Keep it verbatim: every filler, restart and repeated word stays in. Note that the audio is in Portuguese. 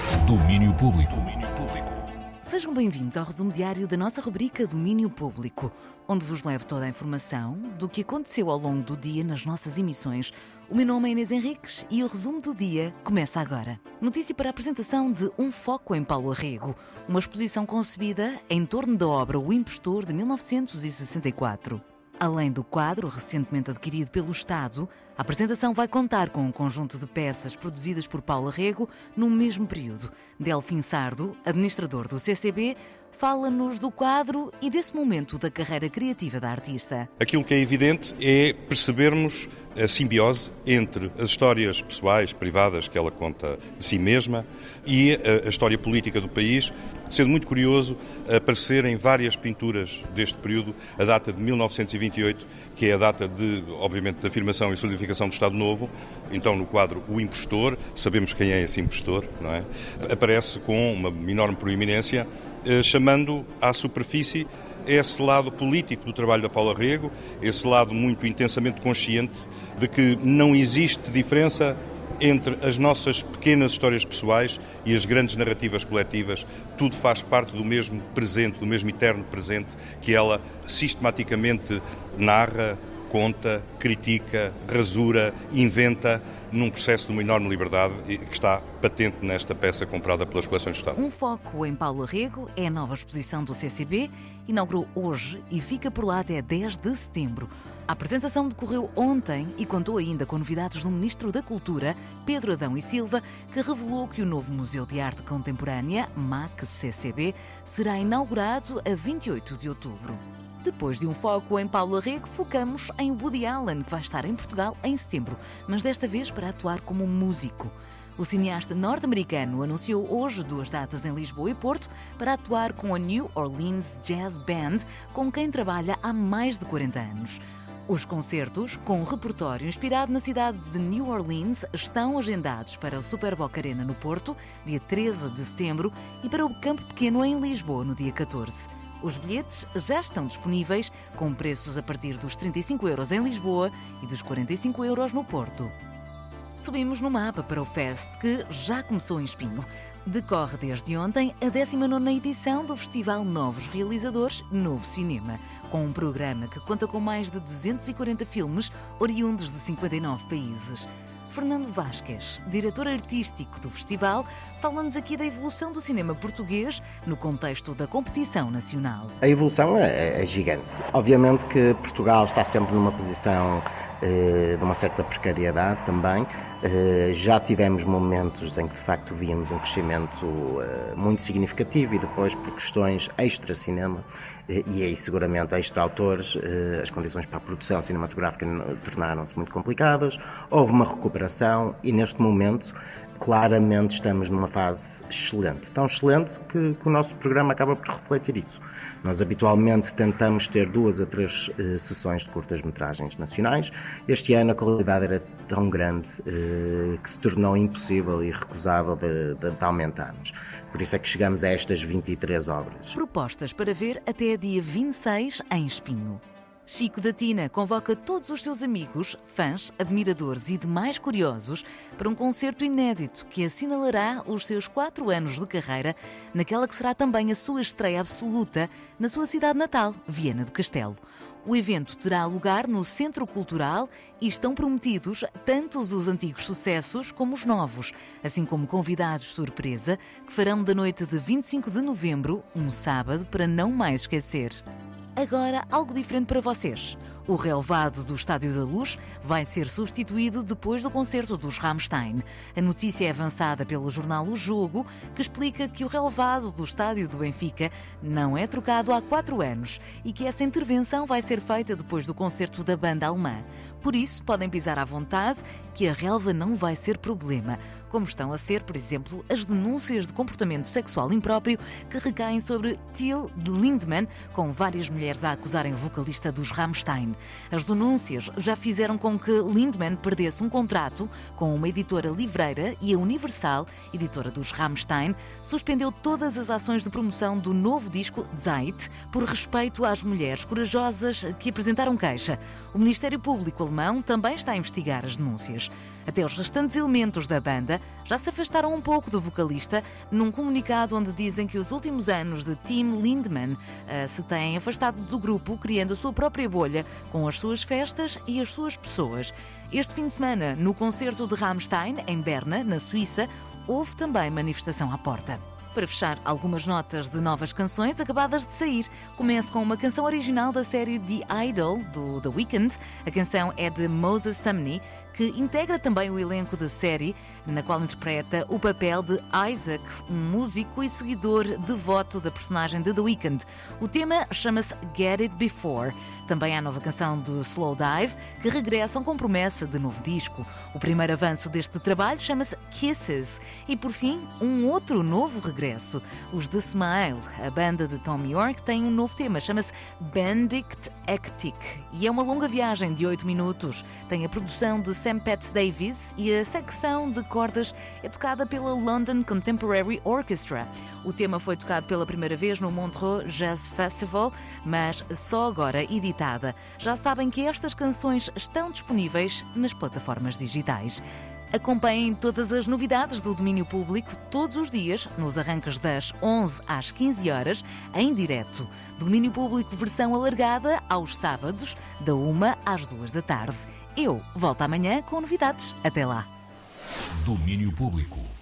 Domínio Público. Sejam bem-vindos ao resumo diário da nossa rubrica Domínio Público, onde vos levo toda a informação do que aconteceu ao longo do dia nas nossas emissões. O meu nome é Inês Henriques e o resumo do dia começa agora. Notícia para a apresentação de Um Foco em Paulo Arrego, uma exposição concebida em torno da obra O Impostor de mil novecentos e sessenta e quatro. Além do quadro recentemente adquirido pelo Estado, a apresentação vai contar com um conjunto de peças produzidas por Paulo Arrego no mesmo período. Delfim Sardo, administrador do C C B, fala-nos do quadro e desse momento da carreira criativa da artista. Aquilo que é evidente é percebermos a simbiose entre as histórias pessoais, privadas, que ela conta de si mesma, e a, a história política do país, sendo muito curioso aparecer em várias pinturas deste período a data de mil novecentos e vinte e oito, que é a data, de, obviamente, da afirmação e solidificação do Estado Novo. Então, no quadro O Impostor, sabemos quem é esse impostor, não é? Aparece com uma enorme proeminência, chamando à superfície esse lado político do trabalho da Paulo Arrego, esse lado muito intensamente consciente de que não existe diferença entre as nossas pequenas histórias pessoais e as grandes narrativas coletivas. Tudo faz parte do mesmo presente, do mesmo eterno presente que ela sistematicamente narra, conta, critica, rasura, inventa, num processo de uma enorme liberdade que está patente nesta peça comprada pelas coleções do Estado. Um Foco em Paulo Arrego é a nova exposição do C C B, inaugurou hoje e fica por lá até dez de setembro. A apresentação decorreu ontem e contou ainda com novidades do Ministro da Cultura, Pedro Adão e Silva, que revelou que o novo Museu de Arte Contemporânea, M A C C C B, será inaugurado a vinte e oito de outubro. Depois de Um Foco em Paulo Arrego, focamos em Woody Allen, que vai estar em Portugal em setembro, mas desta vez para atuar como músico. O cineasta norte-americano anunciou hoje duas datas em Lisboa e Porto para atuar com a New Orleans Jazz Band, com quem trabalha há mais de quarenta anos. Os concertos, com um repertório inspirado na cidade de New Orleans, estão agendados para o Super Boca Arena no Porto, dia treze de setembro, e para o Campo Pequeno em Lisboa, no dia catorze. Os bilhetes já estão disponíveis, com preços a partir dos trinta e cinco euros em Lisboa e dos quarenta e cinco euros no Porto. Subimos no mapa para o Fest, que já começou em Espinho. Decorre desde ontem a décima nona edição do Festival Novos Realizadores Novo Cinema, com um programa que conta com mais de duzentos e quarenta filmes oriundos de cinquenta e nove países. Fernando Vasquez, diretor artístico do festival, fala-nos aqui da evolução do cinema português no contexto da competição nacional. A evolução é, é gigante. Obviamente que Portugal está sempre numa posição eh, de uma certa precariedade também. Eh, já tivemos momentos em que de facto víamos um crescimento eh, muito significativo e depois por questões extra-cinema e aí seguramente extra-autores, as condições para a produção cinematográfica tornaram-se muito complicadas, houve uma recuperação e neste momento claramente estamos numa fase excelente, tão excelente que, que o nosso programa acaba por refletir isso. Nós habitualmente tentamos ter duas a três eh, sessões de curtas-metragens nacionais. Este ano a qualidade era tão grande eh, que se tornou impossível e irrecusável de, de, de aumentarmos. Por isso é que chegamos a estas vinte e três obras. Propostas para ver até dia vinte e seis em Espinho. Chico da Tina convoca todos os seus amigos, fãs, admiradores e demais curiosos para um concerto inédito que assinalará os seus quatro anos de carreira naquela que será também a sua estreia absoluta na sua cidade natal, Viana do Castelo. O evento terá lugar no Centro Cultural e estão prometidos tanto os antigos sucessos como os novos, assim como convidados surpresa que farão da noite de vinte e cinco de novembro um sábado para não mais esquecer. Agora, algo diferente para vocês. O relevado do Estádio da Luz vai ser substituído depois do concerto dos Rammstein. A notícia é avançada pelo jornal O Jogo, que explica que o relevado do Estádio do Benfica não é trocado há quatro anos e que essa intervenção vai ser feita depois do concerto da banda alemã. Por isso, podem pisar à vontade que a relva não vai ser problema, como estão a ser, por exemplo, as denúncias de comportamento sexual impróprio que recaem sobre Till Lindemann, com várias mulheres a acusarem o vocalista dos Rammstein. As denúncias já fizeram com que Lindemann perdesse um contrato com uma editora livreira e a Universal, editora dos Rammstein, suspendeu todas as ações de promoção do novo disco Zeit por respeito às mulheres corajosas que apresentaram queixa. O Ministério Público alemão também está a investigar as denúncias. Até os restantes elementos da banda já se afastaram um pouco do vocalista num comunicado onde dizem que os últimos anos de Tim Lindemann uh, se têm afastado do grupo, criando a sua própria bolha com as suas festas e as suas pessoas. Este fim de semana, no concerto de Rammstein, em Berna, na Suíça, houve também manifestação à porta. Para fechar, algumas notas de novas canções acabadas de sair. Começo com uma canção original da série The Idol, do The Weeknd. A canção é de Moses Sumney, que integra também o elenco da série, na qual interpreta o papel de Isaac, um músico e seguidor devoto da personagem de The Weeknd. O tema chama-se Get It Before. Também há a nova canção do Slowdive, que regressam com promessa de novo disco. O primeiro avanço deste trabalho chama-se Kisses. E, por fim, um outro novo regresso. Os The Smile, a banda de Tom York, tem um novo tema, chama-se Benedict Ectic. E é uma longa viagem de oito minutos. Tem a produção de Sam Petz Davies e a secção de cordas é tocada pela London Contemporary Orchestra. O tema foi tocado pela primeira vez no Montreux Jazz Festival, mas só agora editada. Já sabem que estas canções estão disponíveis nas plataformas digitais. Acompanhem todas as novidades do domínio público todos os dias, nos arranques das onze às quinze horas, em direto. Domínio público versão alargada aos sábados, da uma às duas da tarde. Eu volto amanhã com novidades. Até lá. Domínio público.